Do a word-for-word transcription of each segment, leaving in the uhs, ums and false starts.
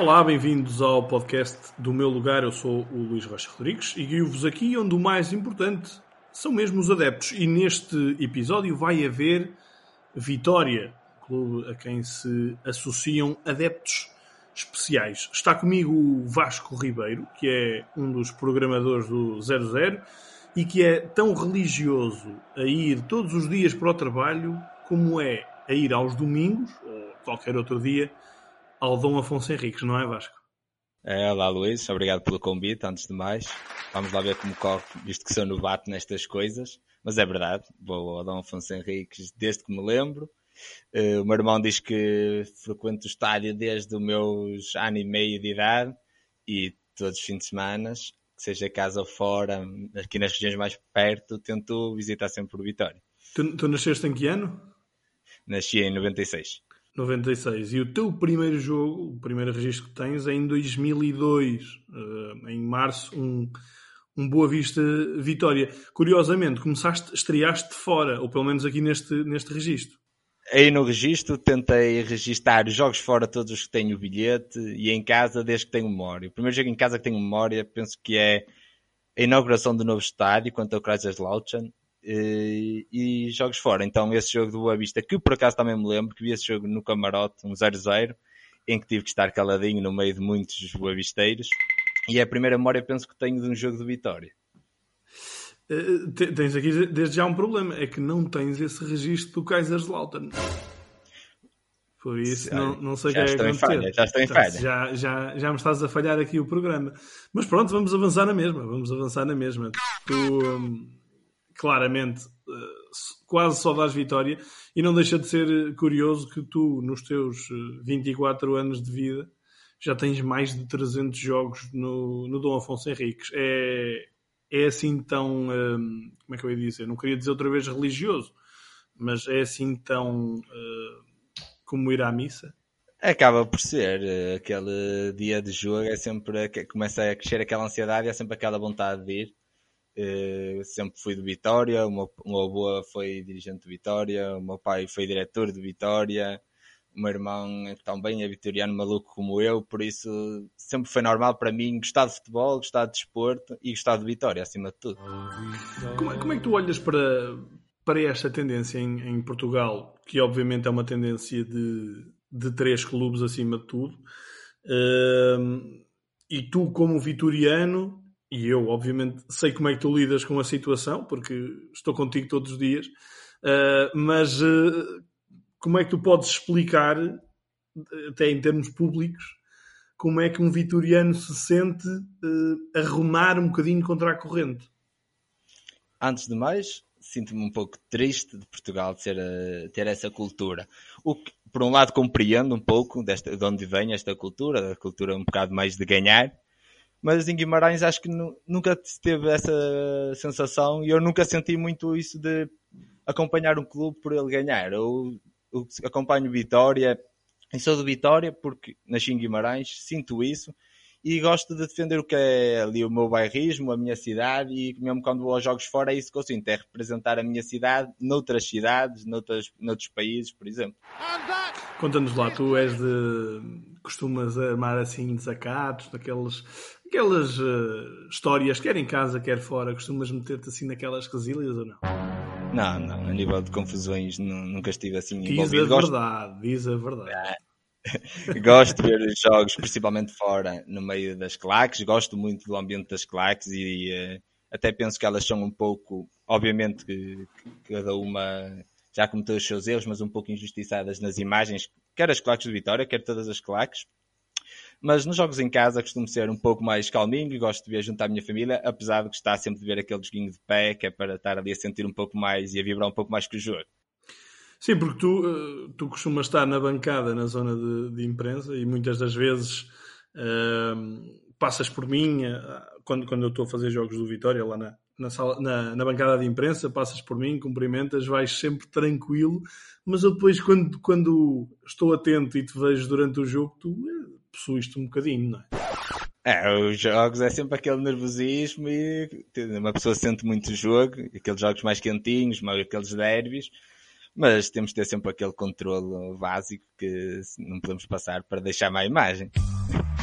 Olá, bem-vindos ao podcast do meu lugar. Eu sou o Luís Rocha Rodrigues e guio-vos aqui onde o mais importante são mesmo os adeptos. E neste episódio vai haver Vitória, clube a quem se associam adeptos especiais. Está comigo o Vasco Ribeiro, que é um dos programadores do zero zero e que é tão religioso a ir todos os dias para o trabalho como é a ir aos domingos, ou qualquer outro dia, ao Dom Afonso Henriques, não é, Vasco? É, olá Luís, obrigado pelo convite, antes de mais. Vamos lá ver como corre, visto que sou novato nestas coisas. Mas é verdade, vou ao Dom Afonso Henriques desde que me lembro. Uh, o meu irmão diz que frequento o estádio desde os meus ano e meio de idade e todos os fins de semana, que seja casa ou fora, aqui nas regiões mais perto, tento visitar sempre o Vitória. Tu, tu nasceste em que ano? Nasci em noventa e seis. noventa e seis. E o teu primeiro jogo, o primeiro registro que tens, é em dois mil e dois, uh, em março, um, um Boa Vista Vitória. Curiosamente, começaste, estreaste fora, ou pelo menos aqui neste, neste registro. Aí no registro tentei registar os jogos fora, todos os que tenho bilhete, e em casa desde que tenho memória. O primeiro jogo em casa que tenho memória penso que é a inauguração do novo estádio contra o Kaiserslautern. E, e jogos fora, então esse jogo do Boa Vista, que por acaso também me lembro que vi esse jogo no camarote, um zero zero, em que tive que estar caladinho no meio de muitos boavisteiros, e é a primeira memória penso que tenho de um jogo de Vitória. Uh, tens aqui desde já um problema, é que não tens esse registro do Kaiserslautern. Por isso Se, não, não sei o que já é estou acontecer. em falha, já estou em falha. Já, já, já me estás a falhar aqui o programa. Mas pronto, vamos avançar na mesma, vamos avançar na mesma. Tu... Um... claramente, quase só dás Vitória, e não deixa de ser curioso que tu, nos teus vinte e quatro anos de vida, já tens mais de trezentos jogos no, no Dom Afonso Henriques. É, é assim tão, hum, como é que eu ia dizer? Não queria dizer outra vez religioso, mas é assim tão uh, como ir à missa? Acaba por ser, aquele dia de jogo é sempre, começa a crescer aquela ansiedade, é sempre aquela vontade de ir. Uh, sempre fui de Vitória, o meu, o meu avô foi dirigente de Vitória, o meu pai foi diretor de Vitória, o meu irmão também é vitoriano maluco como eu, por isso sempre foi normal para mim gostar de futebol, gostar de desporto e gostar de Vitória, acima de tudo. Como é, como é que tu olhas para, para esta tendência em, em Portugal, que obviamente é uma tendência de, de três clubes acima de tudo, uh, e tu como vitoriano, e eu, obviamente, sei como é que tu lidas com a situação, porque estou contigo todos os dias, uh, mas uh, como é que tu podes explicar, até em termos públicos, como é que um vitoriano se sente uh, a remar um bocadinho contra a corrente? Antes de mais, sinto-me um pouco triste de Portugal ter, ter essa cultura. O que, por um lado, compreendo um pouco desta, de onde vem esta cultura, a cultura um bocado mais de ganhar, mas em Guimarães acho que nunca teve essa sensação e eu nunca senti muito isso de acompanhar um clube por ele ganhar. Eu, eu acompanho Vitória e sou de Vitória porque nasci em Guimarães, sinto isso e gosto de defender o que é ali o meu bairrismo, a minha cidade, e mesmo quando vou aos jogos fora é isso que eu sinto, é representar a minha cidade noutras cidades, noutras, noutros países, por exemplo. Conta-nos lá, tu és de... costumas armar assim desacatos, daqueles... aquelas uh, histórias, quer em casa, quer fora, costumas meter-te assim naquelas quesilhas ou não? Não, não, a nível de confusões nunca estive assim diz envolvido. Diz a verdade, Gosto... diz a verdade. Ah, gosto de ver os jogos, principalmente fora, no meio das claques, gosto muito do ambiente das claques e uh, até penso que elas são um pouco, obviamente que, que cada uma já cometeu os seus erros, mas um pouco injustiçadas nas imagens, quer as claques de Vitória, quer todas as claques. Mas nos jogos em casa costumo ser um pouco mais calminho e gosto de ver junto à minha família, apesar de gostar sempre de ver aquele joguinho de pé, que é para estar ali a sentir um pouco mais e a vibrar um pouco mais com o jogo. Sim, porque tu, tu costumas estar na bancada, na zona de, de imprensa, e muitas das vezes uh, passas por mim, uh, quando, quando eu estou a fazer jogos do Vitória, lá na, na, sala, na, na bancada de imprensa, passas por mim, cumprimentas, vais sempre tranquilo, mas eu depois, quando, quando estou atento e te vejo durante o jogo, tu uh, possuíste um bocadinho, não é? É, os jogos é sempre aquele nervosismo e uma pessoa sente muito o jogo, aqueles jogos mais quentinhos, mais aqueles derbys, mas temos de ter sempre aquele controle básico que não podemos passar para deixar má imagem.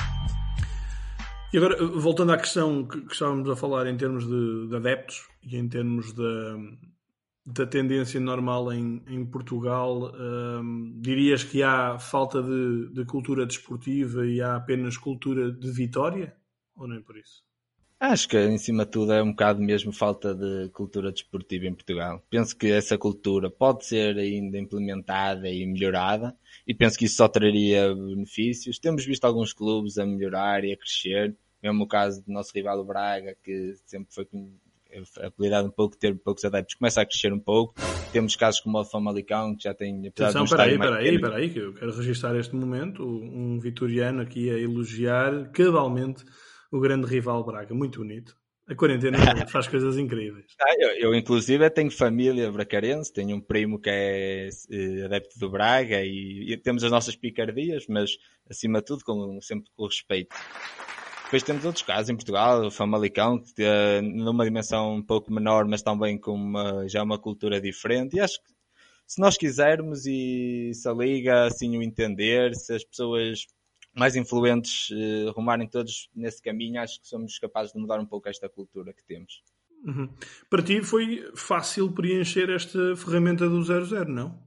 E agora, voltando à questão que, que estávamos a falar em termos de, de adeptos e em termos da, da tendência normal em, em Portugal, hum, dirias que há falta de, de cultura desportiva e há apenas cultura de vitória? Ou nem por isso? Acho que, em cima de tudo, é um bocado mesmo falta de cultura desportiva em Portugal. Penso que essa cultura pode ser ainda implementada e melhorada, e penso que isso só traria benefícios. Temos visto alguns clubes a melhorar e a crescer, mesmo o caso do nosso rival o Braga, que sempre foi apelidado um pouco de ter poucos adeptos, começa a crescer um pouco. Temos casos como o Famalicão, que já tem... Atenção, peraí, peraí, peraí, que eu quero registrar este momento, um vitoriano aqui a elogiar cabalmente o grande rival Braga, muito bonito. A quarentena faz coisas incríveis. Ah, eu, eu, inclusive, tenho família bracarense, tenho um primo que é uh, adepto do Braga e, e temos as nossas picardias, mas, acima de tudo, com, sempre com respeito. Depois temos outros casos em Portugal, o Famalicão, que uh, numa dimensão um pouco menor, mas também com uma, já uma cultura diferente. E acho que, se nós quisermos e se a Liga assim o entender, se as pessoas mais influentes uh, rumarem todos nesse caminho, acho que somos capazes de mudar um pouco esta cultura que temos. Uhum. Para ti foi fácil preencher esta ferramenta do zero zero, não?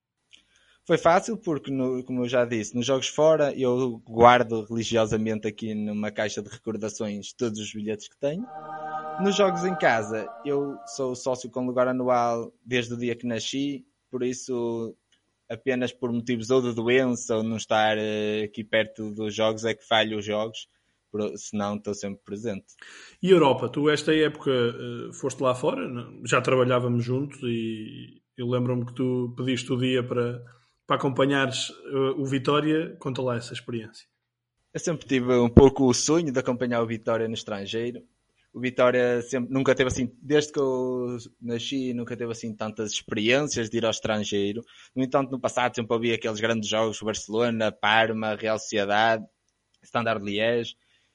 Foi fácil porque, no, como eu já disse, nos jogos fora eu guardo religiosamente aqui numa caixa de recordações todos os bilhetes que tenho. Nos jogos em casa eu sou sócio com lugar anual desde o dia que nasci, por isso... apenas por motivos ou de doença ou não estar uh, aqui perto dos jogos é que falho os jogos, senão estou sempre presente. E Europa? Tu esta época uh, foste lá fora, não? Já trabalhávamos juntos e eu lembro-me que tu pediste o dia para, para acompanhares uh, o Vitória. Conta lá essa experiência. Eu sempre tive um pouco o sonho de acompanhar o Vitória no estrangeiro. O Vitória sempre, nunca teve assim, desde que eu nasci, nunca teve assim tantas experiências de ir ao estrangeiro. No entanto, no passado sempre havia aqueles grandes jogos, Barcelona, Parma, Real Sociedade, Standard Liège,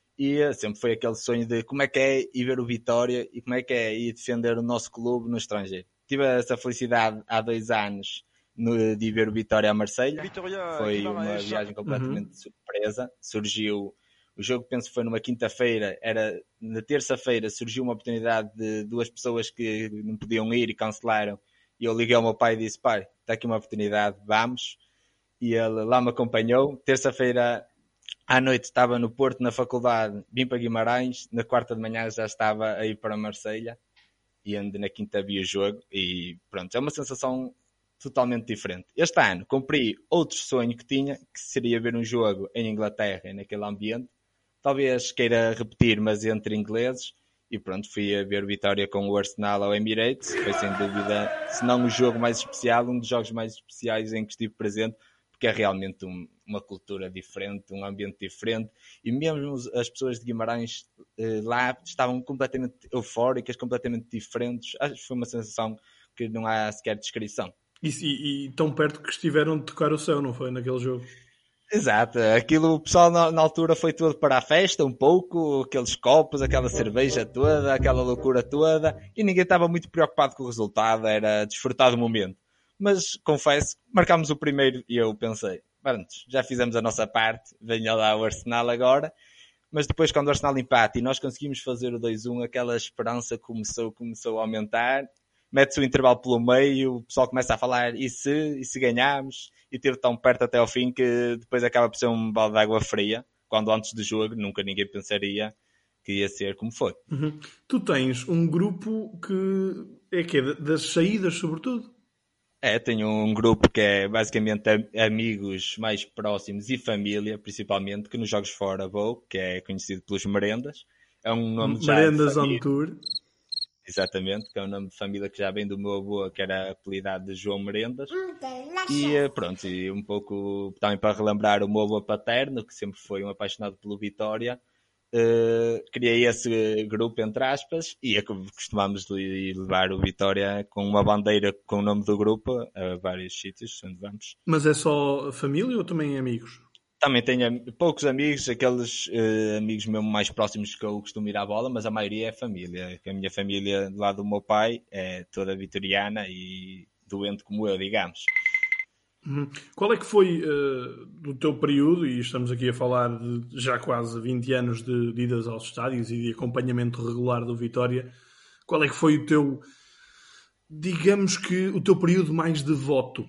e sempre foi aquele sonho de como é que é ir ver o Vitória e como é que é ir defender o nosso clube no estrangeiro. Tive essa felicidade há dois anos no, de ir ver o Vitória a Marselha. Foi uma viagem completamente de surpresa. Surgiu... O jogo, penso que foi numa quinta-feira, era na terça-feira surgiu uma oportunidade de duas pessoas que não podiam ir e cancelaram. E eu liguei ao meu pai e disse, pai, está aqui uma oportunidade, vamos. E ele lá me acompanhou. Terça-feira à noite estava no Porto, na faculdade, vim para Guimarães. Na quarta de manhã já estava a ir para Marselha. E ando na quinta vi o jogo. E pronto, é uma sensação totalmente diferente. Este ano cumpri outro sonho que tinha, que seria ver um jogo em Inglaterra, naquele ambiente. Talvez queira repetir, mas entre ingleses. E pronto, fui a ver Vitória com o Arsenal ao Emirates. Foi sem dúvida, se não o jogo mais especial, um dos jogos mais especiais em que estive presente, porque é realmente um, uma cultura diferente, um ambiente diferente. E mesmo as pessoas de Guimarães eh, lá estavam completamente eufóricas, completamente diferentes. Acho que foi uma sensação que não há sequer descrição. E, e, e tão perto que estiveram de tocar o céu, não foi, naquele jogo? Exato, aquilo, o pessoal na, na altura foi todo para a festa, um pouco, aqueles copos, aquela cerveja toda, aquela loucura toda, e ninguém estava muito preocupado com o resultado, era desfrutar do momento. Mas, confesso, marcámos o primeiro e eu pensei, pronto, já fizemos a nossa parte, venha lá o Arsenal agora, mas depois quando o Arsenal empate e nós conseguimos fazer o dois a um, aquela esperança começou, começou a aumentar, mete-se o intervalo pelo meio, o pessoal começa a falar, e se, e se ganharmos? E teve tão perto até ao fim que depois acaba por ser um balde de água fria, quando antes do jogo nunca ninguém pensaria que ia ser como foi. Uhum. Tu tens um grupo que é que é das saídas, sobretudo? É, tenho um grupo que é basicamente amigos mais próximos e família, principalmente, que nos jogos fora vou, que é conhecido pelos Merendas. É um nome já Merendas on Tour. Exatamente, que é um nome de família que já vem do meu avô, que era apelidado de João Merendas. E pronto, e um pouco também para relembrar o meu avô paterno, que sempre foi um apaixonado pelo Vitória. Uh, criei esse grupo, entre aspas, e é que costumamos levar o Vitória com uma bandeira com o nome do grupo a vários sítios onde vamos. Mas é só família ou também amigos? Também tenho poucos amigos, aqueles uh, amigos mesmo mais próximos que eu costumo ir à bola, mas a maioria é família. A minha família do lado do meu pai é toda vitoriana e doente como eu, digamos. Uhum. Qual é que foi uh, do teu período, e estamos aqui a falar de já quase vinte anos de, de idas aos estádios e de acompanhamento regular do Vitória, qual é que foi o teu, digamos que, o teu período mais devoto?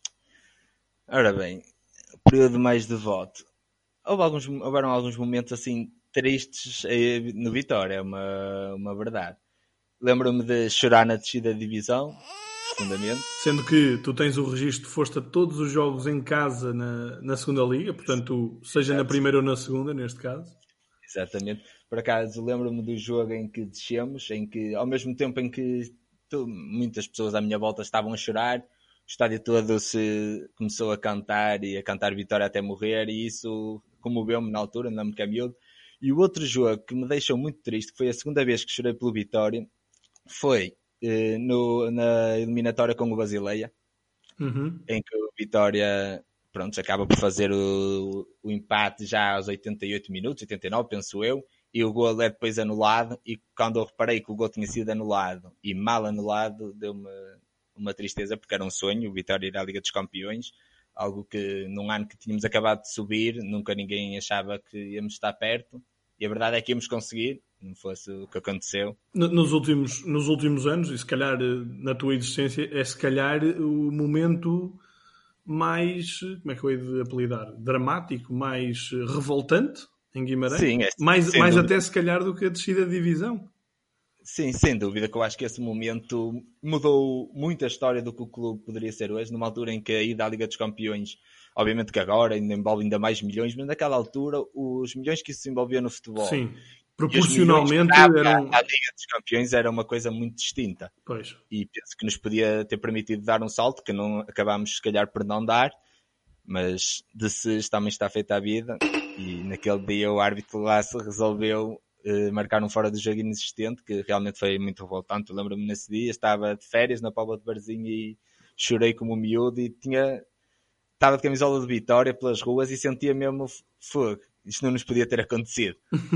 Ora bem, o período mais devoto. Houve alguns, houveram alguns momentos assim tristes no Vitória, é uma, uma verdade. Lembro-me de chorar na descida de divisão, profundamente. Sendo que tu tens o registro, foste a todos os jogos em casa na, na segunda liga, portanto, seja Exato. Na primeira ou na segunda, neste caso. Exatamente. Por acaso, lembro-me do jogo em que descemos, em que, ao mesmo tempo em que tu, muitas pessoas à minha volta estavam a chorar, o estádio todo se começou a cantar e a cantar Vitória até morrer, e isso comoveu-me na altura, não me caminhou. E o outro jogo que me deixou muito triste, que foi a segunda vez que chorei pelo Vitória, foi eh, no, na eliminatória com o Basileia, uhum. em que o Vitória, pronto, acaba por fazer o, o empate já aos oitenta e oito minutos, oitenta e nove, penso eu, e o gol é depois anulado, e quando eu reparei que o gol tinha sido anulado, e mal anulado, deu-me uma tristeza, porque era um sonho, o Vitória ir à Liga dos Campeões, algo que num ano que tínhamos acabado de subir, nunca ninguém achava que íamos estar perto, e a verdade é que íamos conseguir, não fosse o que aconteceu. Nos últimos, nos últimos anos, e se calhar na tua existência, é se calhar o momento mais, como é que eu hei de apelidar, dramático, mais revoltante em Guimarães? Sim, é, mais, mais até se calhar do que a descida de divisão. Sim, sem dúvida, que eu acho que esse momento mudou muito a história do que o clube poderia ser hoje, numa altura em que a ida à Liga dos Campeões, obviamente que agora ainda envolve ainda mais milhões, mas naquela altura os milhões que isso se envolvia no futebol, sim, proporcionalmente eram... a Liga dos Campeões era uma coisa muito distinta. Pois. E penso que nos podia ter permitido dar um salto, que não acabámos se calhar por não dar, mas de se também está feita a vida, e naquele dia o árbitro lá se resolveu Uh, marcar um fora do jogo inexistente, que realmente foi muito revoltante. Eu lembro-me nesse dia, estava de férias na Póvoa de Varzim e chorei como um miúdo, e tinha, estava de camisola de Vitória pelas ruas e sentia mesmo fogo. Isto não nos podia ter acontecido.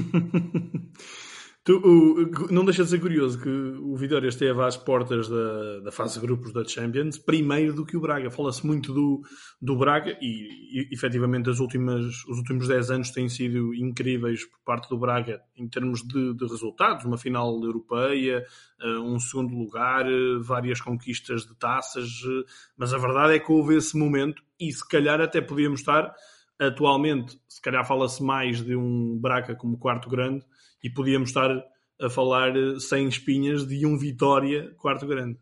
Tu, o, não deixa de ser curioso que o Vitória esteve às portas da, da fase de grupos da Champions primeiro do que o Braga. Fala-se muito do, do Braga e, e efetivamente as últimas, os últimos dez anos têm sido incríveis por parte do Braga em termos de, de resultados. Uma final europeia, um segundo lugar, várias conquistas de taças, mas a verdade é que houve esse momento e se calhar até podíamos estar atualmente, se calhar fala-se mais de um Braga como quarto grande e podíamos estar a falar sem espinhas de um Vitória quarto grande.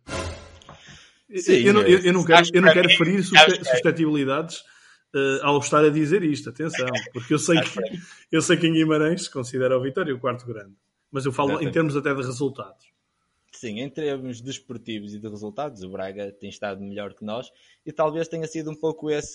Sim, eu, não, eu, eu não quero, eu não quero ferir suscetibilidades uh, ao estar a dizer isto, atenção, porque eu sei que, eu sei que em Guimarães se considera o Vitória o quarto grande, mas eu falo Exatamente. Em termos até de resultados. Sim, em termos desportivos e de resultados, o Braga tem estado melhor que nós e talvez tenha sido um pouco esse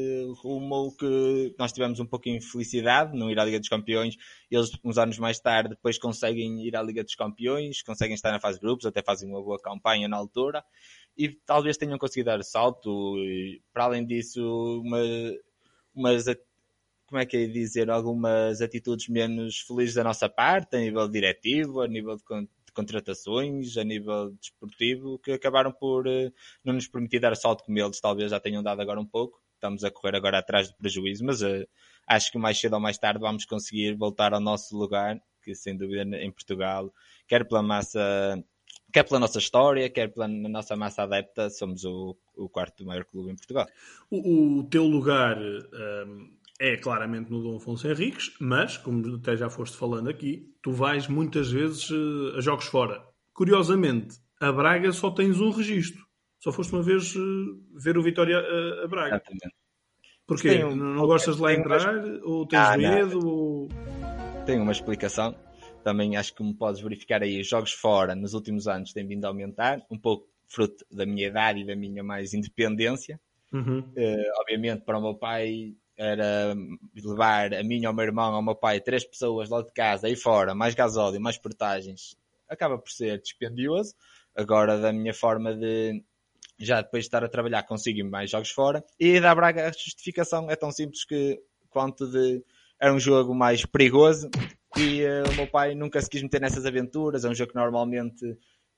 rumo que nós tivemos um pouco de infelicidade, não ir à Liga dos Campeões. Eles, uns anos mais tarde, depois conseguem ir à Liga dos Campeões, conseguem estar na fase de grupos, até fazem uma boa campanha na altura e talvez tenham conseguido dar o salto. E, para além disso, uma, umas, como é que é dizer, algumas atitudes menos felizes da nossa parte, a nível diretivo, a nível de contratações, a nível desportivo, que acabaram por uh, não nos permitir dar salto como eles talvez já tenham dado agora um pouco. Estamos a correr agora atrás do prejuízo, mas uh, acho que mais cedo ou mais tarde vamos conseguir voltar ao nosso lugar, que sem dúvida em Portugal, quer pela massa, quer pela nossa história, quer pela nossa massa adepta, somos o, o quarto maior clube em Portugal. O, o teu lugar um, é claramente no Dom Afonso Henriques, mas, como até já foste falando aqui, tu vais muitas vezes uh, a jogos fora. Curiosamente, a Braga só tens um registro. Só foste uma vez uh, ver o Vitória a, a Braga. Exatamente. Porquê? Um, não, não gostas de lá entrar? Uma... Ou tens ah, medo? Ou... Tenho uma explicação. Também acho que me podes verificar aí. Os jogos fora, nos últimos anos, têm vindo a aumentar. Um pouco fruto da minha idade e da minha mais independência. Uhum. Uh, obviamente, para o meu pai... era levar a mim ou ao meu irmão ou ao meu pai, três pessoas lá de casa, aí fora, mais gasóleo, mais portagens, acaba por ser dispendioso. Agora, da minha forma de, já depois de estar a trabalhar, consigo ir mais jogos fora. E da Braga, a justificação é tão simples que, quanto de, era um jogo mais perigoso e uh, o meu pai nunca se quis meter nessas aventuras. É um jogo que normalmente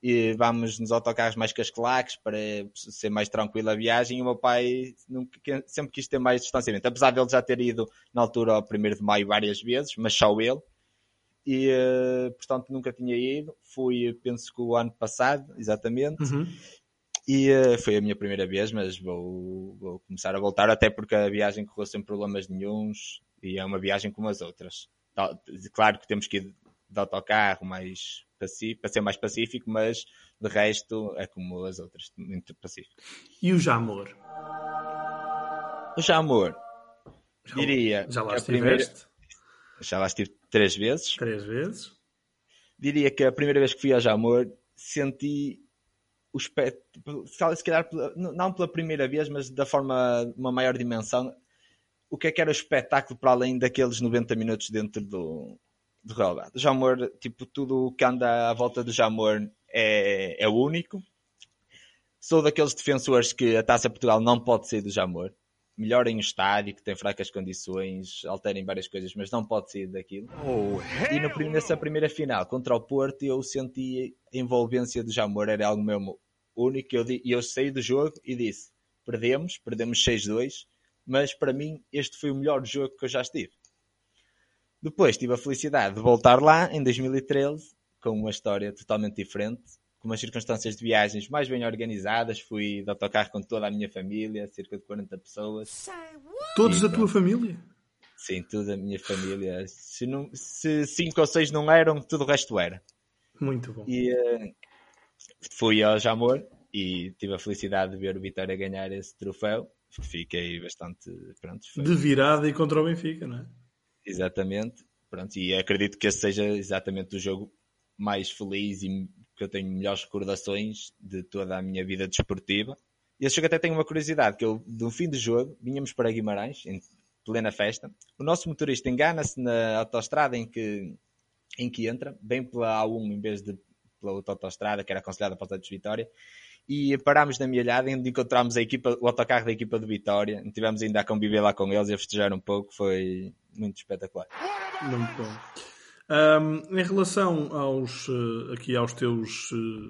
e vamos nos autocarros mais cascelaques para ser mais tranquila a viagem. E o meu pai nunca, sempre quis ter mais distanciamento, apesar de ele já ter ido na altura ao primeiro de maio várias vezes, mas só ele. E, portanto, nunca tinha ido. Fui, penso que o ano passado, exatamente. Uhum. E uh, foi a minha primeira vez, mas vou, vou começar a voltar, até porque a viagem correu sem problemas nenhuns e é uma viagem como as outras. Claro que temos que ir de autocarro mais pacífico, para ser mais pacífico, mas de resto é como as outras, muito pacífico. E o Jamor? O Jamor, Já, diria... já lá que a estiveste? primeira... Já lá estive três vezes. Três vezes? Diria que a primeira vez que fui ao Jamor senti... o espetáculo, se calhar não pela primeira vez, mas da forma, uma maior dimensão, o que é que era o espetáculo para além daqueles noventa minutos dentro do, do relevado. O Jamor, tipo, tudo o que anda à volta do Jamor é, é único. Sou daqueles defensores que a Taça Portugal não pode sair do Jamor. Melhorem o estádio, que tem fracas condições, alterem várias coisas, mas não pode sair daquilo. Oh, e no, nessa primeira final, contra o Porto, eu senti a envolvência do Jamor, era algo mesmo único. E eu, eu saí do jogo e disse, perdemos, perdemos seis a dois, mas para mim este foi o melhor jogo que eu já estive. Depois tive a felicidade de voltar lá em dois mil e treze, com uma história totalmente diferente, com umas circunstâncias de viagens mais bem organizadas. Fui de autocarro com toda a minha família, cerca de quarenta pessoas. Todos da tua família? Sim, toda a minha família. Se, não, se cinco ou seis não eram, tudo o resto era. Muito bom. E uh, fui ao Jamor e tive a felicidade de ver o Vitória ganhar esse troféu. Fiquei bastante... Pronto, foi... De virada e contra o Benfica, não é? Exatamente. Pronto, e acredito que esse seja exatamente o jogo mais feliz e que eu tenho melhores recordações de toda a minha vida desportiva. E esse jogo até tenho uma curiosidade, que eu, no fim do jogo, vínhamos para Guimarães, em plena festa. O nosso motorista engana-se na autoestrada em que, em que entra, bem pela A um em vez de pela outra autoestrada, que era aconselhada para o Santos Vitória, e parámos na Mielhada, onde encontramos a equipa, o autocarro da equipa de Vitória. Tivemos ainda a conviver lá com eles e a festejar um pouco. Foi muito espetacular. Muito bom. Um, em relação aos, aqui aos teus,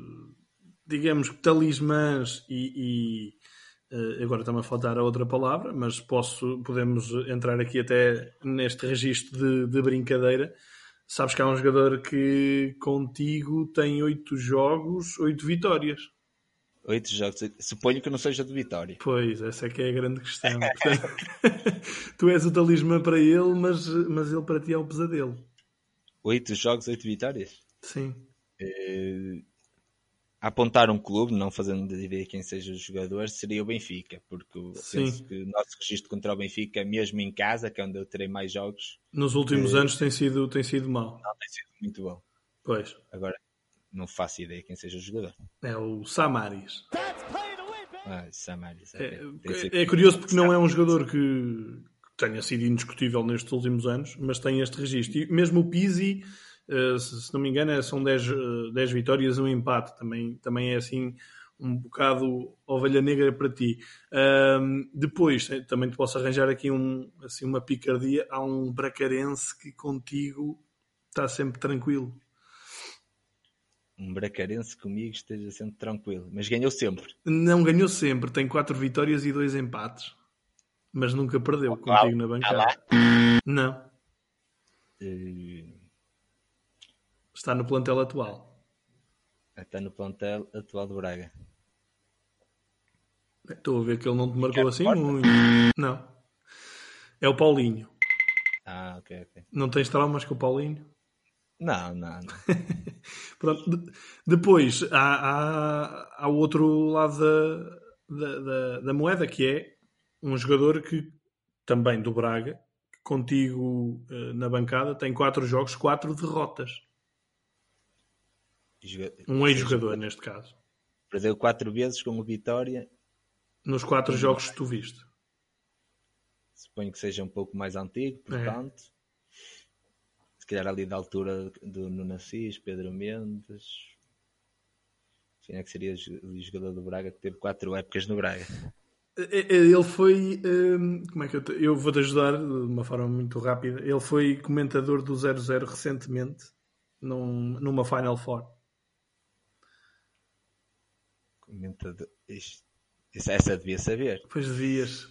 digamos, talismãs e, e agora está-me a faltar a outra palavra, mas posso, podemos entrar aqui até neste registro de, de brincadeira. Sabes que há um jogador que contigo tem oito jogos, oito vitórias. Oito jogos. Suponho que não seja de Vitória. Pois, essa é que é a grande questão. Portanto, tu és o talismã para ele, mas, mas ele para ti é um pesadelo. Oito jogos, oito vitórias? Sim. É... Apontar um clube, não fazendo ideia quem seja o jogador, seria o Benfica, porque eu Sim. penso que o nosso registro contra o Benfica, mesmo em casa, que é onde eu terei mais jogos... Nos últimos é... anos tem sido, tem sido mau. Não, tem sido muito bom. Pois. Agora, não faço ideia quem seja o jogador. É o Samaris. Ah, Samaris. É, é, é curioso porque não é um jogador que tenha sido indiscutível nestes últimos anos, mas tem este registro. E mesmo o Pizzi, se não me engano, são dez, dez vitórias e um empate. Também, também é assim um bocado ovelha negra para ti. Um, depois, também te posso arranjar aqui um, assim, uma picardia. Há um bracarense que contigo está sempre tranquilo. Um bracarense comigo esteja sempre tranquilo. Mas ganhou sempre. Não ganhou sempre. Tem quatro vitórias e dois empates. Mas nunca perdeu oh, contigo na bancada. Ah, não. Uh... Está no plantel atual. Está no plantel atual do Braga. Estou a ver que ele não te marcou assim muito. Não. É o Paulinho. Ah, ok, ok. Não tens traumas com o Paulinho? Não, não, não. Pronto. De- depois, há, há, há o outro lado da, da, da, da moeda, que é um jogador que, também do Braga, que contigo uh, na bancada, tem quatro jogos, quatro derrotas. Joga... Um ex-jogador, neste caso. Perdeu quatro vezes com o Vitória. Nos quatro jogos que tu viste. Suponho que seja um pouco mais antigo, portanto... É. Se calhar ali da altura do Nuno Assis, Pedro Mendes. Quem é que seria o jogador do Braga que teve quatro épocas no Braga? Ele foi... Hum, como é que eu, te, eu vou-te ajudar de uma forma muito rápida. Ele foi comentador do zero zero recentemente, num, numa Final Four. Mentador. Isto, isso, essa devia saber. Pois devias.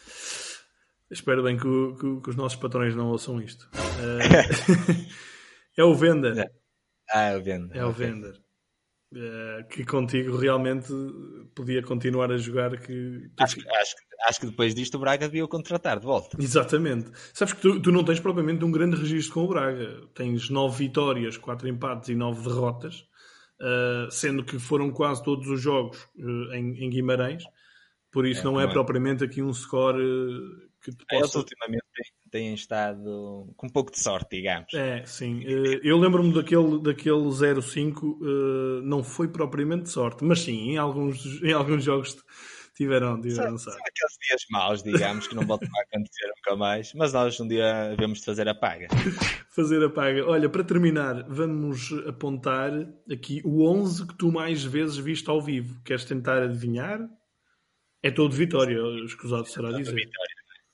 Espero bem que, o, que, que os nossos patrões não ouçam isto. Uh, é o Vender. Ah, é o Vender. É o okay. Vender. Uh, que contigo realmente podia continuar a jogar. Que acho, que, acho, que, acho que depois disto o Braga devia o contratar de volta. Exatamente. Sabes que tu, tu não tens propriamente um grande registro com o Braga. Tens nove vitórias, quatro empates e nove derrotas, uh, sendo que foram quase todos os jogos uh, em, em Guimarães. Por isso é, não é, é propriamente aqui um score uh, que te possa... Eles ultimamente têm estado com um pouco de sorte, digamos. É, sim. Eu lembro-me daquele, daquele zero cinco, não foi propriamente sorte, mas sim, em alguns, em alguns jogos tiveram, tiveram sorte. São aqueles dias maus, digamos, que não voltam a acontecer nunca mais, mas nós um dia devemos de fazer a paga. Fazer a paga. Olha, para terminar, vamos apontar aqui o onze que tu mais vezes viste ao vivo. Queres tentar adivinhar? É todo Vitória, escusado será dizer. Vitória.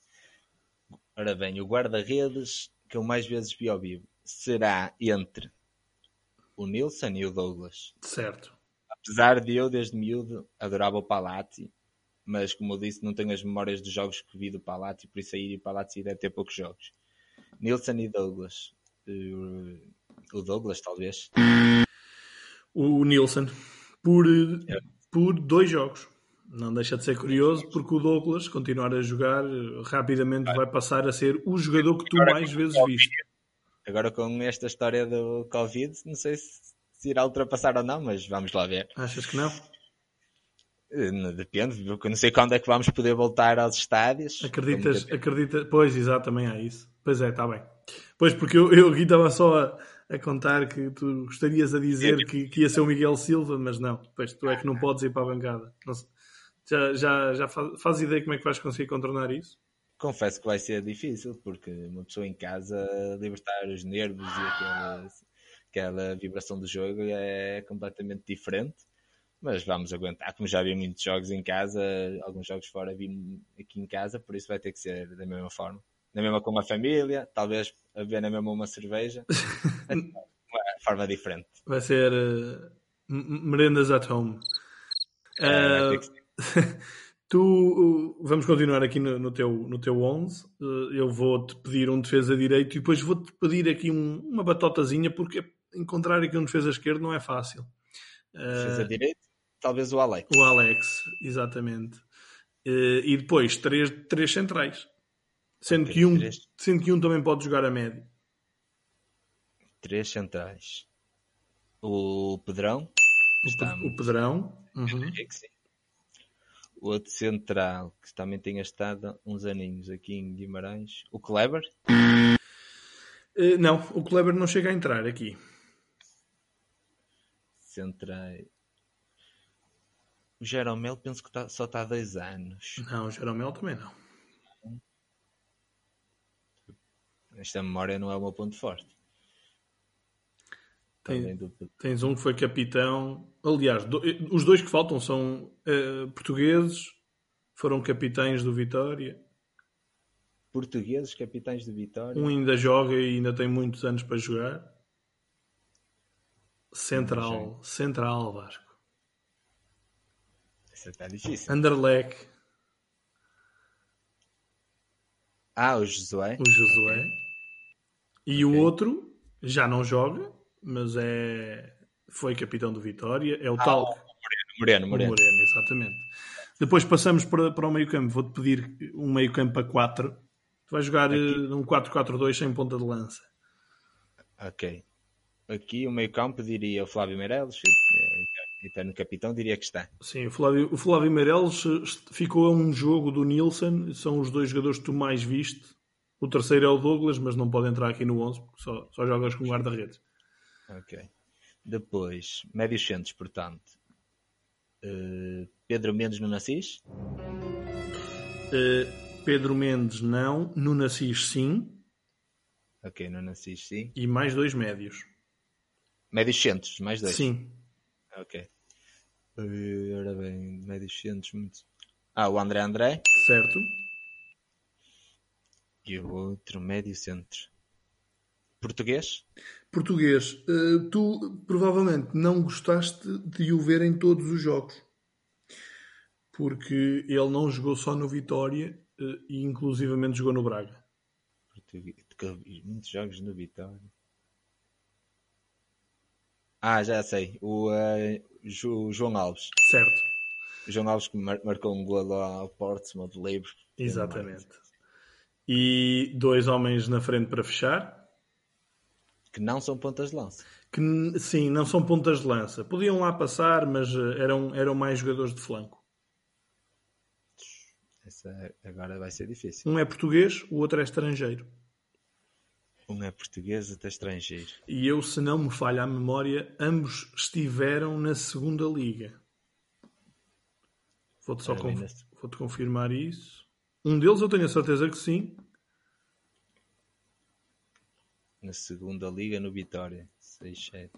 Ora bem, o guarda-redes que eu mais vezes vi ao vivo será entre o Nilson e o Douglas. Certo. Apesar de eu, desde miúdo, adorava o Palatti, mas como eu disse, não tenho as memórias dos jogos que vi do Palatti, por isso aí o Palatti deve ter poucos jogos. Nilson e Douglas. O Douglas, talvez. O Nilson. Por, é. por dois jogos. Não deixa de ser curioso, porque o Douglas, continuar a jogar, rapidamente vai passar a ser o jogador que tu agora, mais vezes viste. Agora com esta história do Covid, não sei se, se irá ultrapassar ou não, mas vamos lá ver. Achas que não? Depende, porque eu não sei quando é que vamos poder voltar aos estádios. Acreditas, acredita, pois, exato, também há isso. Pois é, está bem. Pois, porque eu, eu aqui estava só a, a contar que tu gostarias a dizer que, que ia ser o Miguel Silva, mas não. Pois, tu é que não podes ir para a bancada. Não sei. Já, já, já faz, faz ideia como é que vais conseguir contornar isso? Confesso que vai ser difícil, porque uma pessoa em casa libertar os nervos e aquela, aquela vibração do jogo é completamente diferente. Mas vamos aguentar, como já vi muitos jogos em casa, alguns jogos fora vi aqui em casa, por isso vai ter que ser da mesma forma. Da mesma com uma família, talvez haver na mesma uma cerveja. Uma forma diferente. Vai ser uh, merendas at home. É, vai ter que ser. Tu, uh, vamos continuar aqui no, no, teu, no teu onze. Uh, eu vou-te pedir um defesa direito e depois vou-te pedir aqui um, uma batotazinha, porque encontrar aqui um defesa esquerdo não é fácil. Uh, defesa direito? Talvez o Alex. O Alex, exatamente. Uh, e depois três, três centrais. Sendo, okay, que um, três... sendo que um também pode jogar a médio. Três centrais. O Pedrão. O, está o muito... Pedrão. Uhum. Sim. O outro central, que também tem estado uns aninhos aqui em Guimarães. O Kleber? Uh, não, o Kleber não chega a entrar aqui. Centrais. O Jeromel penso que tá, só está há dois anos. Não, o Jeromel também não. Esta memória não é o meu ponto forte. Tem, do... Tens um que foi capitão. Aliás, do, os dois que faltam são uh, portugueses, foram capitães do Vitória. Portugueses, capitães do Vitória. Um ainda joga e ainda tem muitos anos para jogar. Central, Central Vasco. Isso está difícil. Anderlecht. Ah, o Josué. O Josué. Okay. E okay. O outro já não joga, mas é foi capitão do Vitória. É o ah, tal. O Moreno, Moreno, Moreno. O Moreno, exatamente. Depois passamos para, para o meio campo. Vou-te pedir um meio campo a quatro. Tu vais jogar aqui um quatro quatro dois sem ponta de lança. Ok. Aqui o meio campo diria o Flávio Meireles, eterno capitão, diria que está. Sim, o Flávio, o Flávio Meireles ficou a um jogo do Nilson, são os dois jogadores que tu mais viste. O terceiro é o Douglas, mas não pode entrar aqui no onze, porque só, só jogas com guarda-redes. Ok. Depois, médios centros, portanto. Uh, Pedro Mendes no Assis? Uh, Pedro Mendes não, no Assis sim. Ok, no Assis sim. E mais dois médios. Médios centros, mais dois? Sim. Ok. Uh, ora bem, médios centros, muito... Ah, o André André? Certo. E o outro, médio centro. Português? Português. Uh, tu provavelmente não gostaste de o ver em todos os jogos. porque ele não jogou só no Vitória e inclusivamente jogou no Braga. Muitos jogos no Vitória. Ah, já sei. O uh, jo, João Alves. Certo. O João Alves que mar- marcou um golo ao Portsmouth livre. Exatamente. E dois homens na frente para fechar. Que não são pontas de lança. Que, sim, não são pontas de lança. Podiam lá passar, mas eram, eram mais jogadores de flanco. Essa agora vai ser difícil. Um é português, o outro é estrangeiro. Um é português, outro é estrangeiro. E eu, se não me falha a memória, ambos estiveram na segunda liga. Vou-te só conf... na... Vou-te confirmar isso. Um deles eu tenho a certeza que sim. Na segunda liga, no Vitória. seis sete.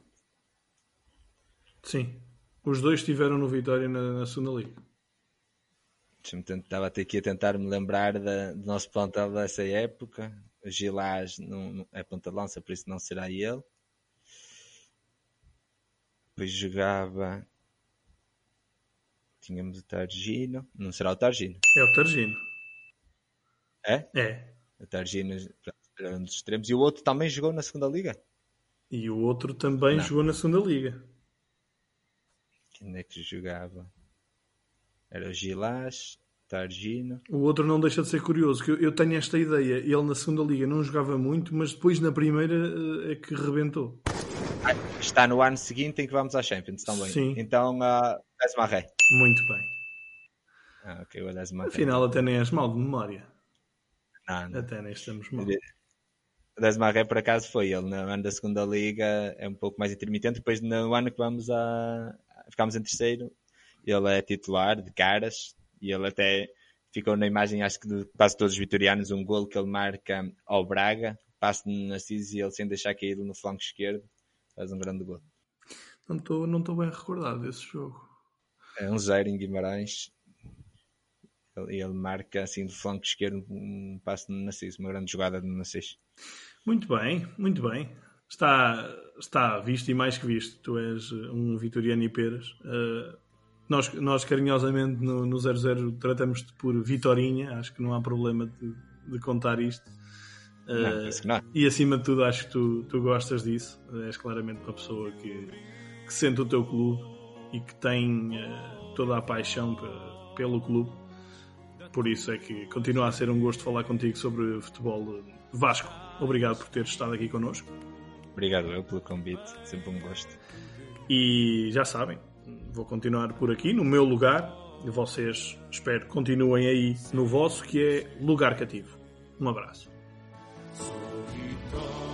Sim. Os dois estiveram no Vitória na, na segunda liga. Estava aqui a tentar me lembrar da, do nosso plantel dessa época. O Gilás não, não é ponta de lança, por isso não será ele. Depois jogava... Tínhamos o Targino. Não será o Targino? É o Targino. É? É. O Targino era um dos extremos. E o outro também jogou na segunda liga? E o outro também não. Jogou na segunda liga. Quem é que jogava? Era o Gilás, Targino. O outro não deixa de ser curioso, que eu, eu tenho esta ideia. Ele na segunda liga não jogava muito, mas depois na primeira é que rebentou. Ah, está no ano seguinte em que vamos à Champions também. Sim. Então, uh, Desmarré. Muito bem. Ah, ok, o Desmarré. Afinal, até nem és mal de memória. Não, não. Até nem estamos mal. O Desmarré, por acaso, foi ele. No ano da segunda liga é um pouco mais intermitente. Depois, no ano que vamos a... ficámos em terceiro, ele é titular de caras. E ele até ficou na imagem, acho que de quase todos os vitorianos, um golo que ele marca ao Braga. Passa no Narciso e ele, sem deixar cair no flanco esquerdo, faz um grande golo. Não estou não estou bem recordado desse jogo. É um zero em Guimarães. Ele, ele marca assim do flanco esquerdo um passo no Narciso, uma grande jogada no Narciso. Muito bem, muito bem. Está, está visto e mais que visto. Tu és um vitoriano e peras. Uh, nós, nós carinhosamente no, no zero zero tratamos-te por Vitorinha. Acho que não há problema de, de contar isto. Uh, não, penso que não. E acima de tudo acho que tu, tu gostas disso. És claramente uma pessoa que, que sente o teu clube e que tem uh, toda a paixão p- pelo clube. Por isso é que continua a ser um gosto falar contigo sobre futebol. Vasco, obrigado por teres estado aqui connosco. Obrigado eu pelo convite, sempre um gosto. E já sabem, vou continuar por aqui no meu lugar e vocês, espero, continuem aí no vosso, que é Lugar Cativo. Um abraço.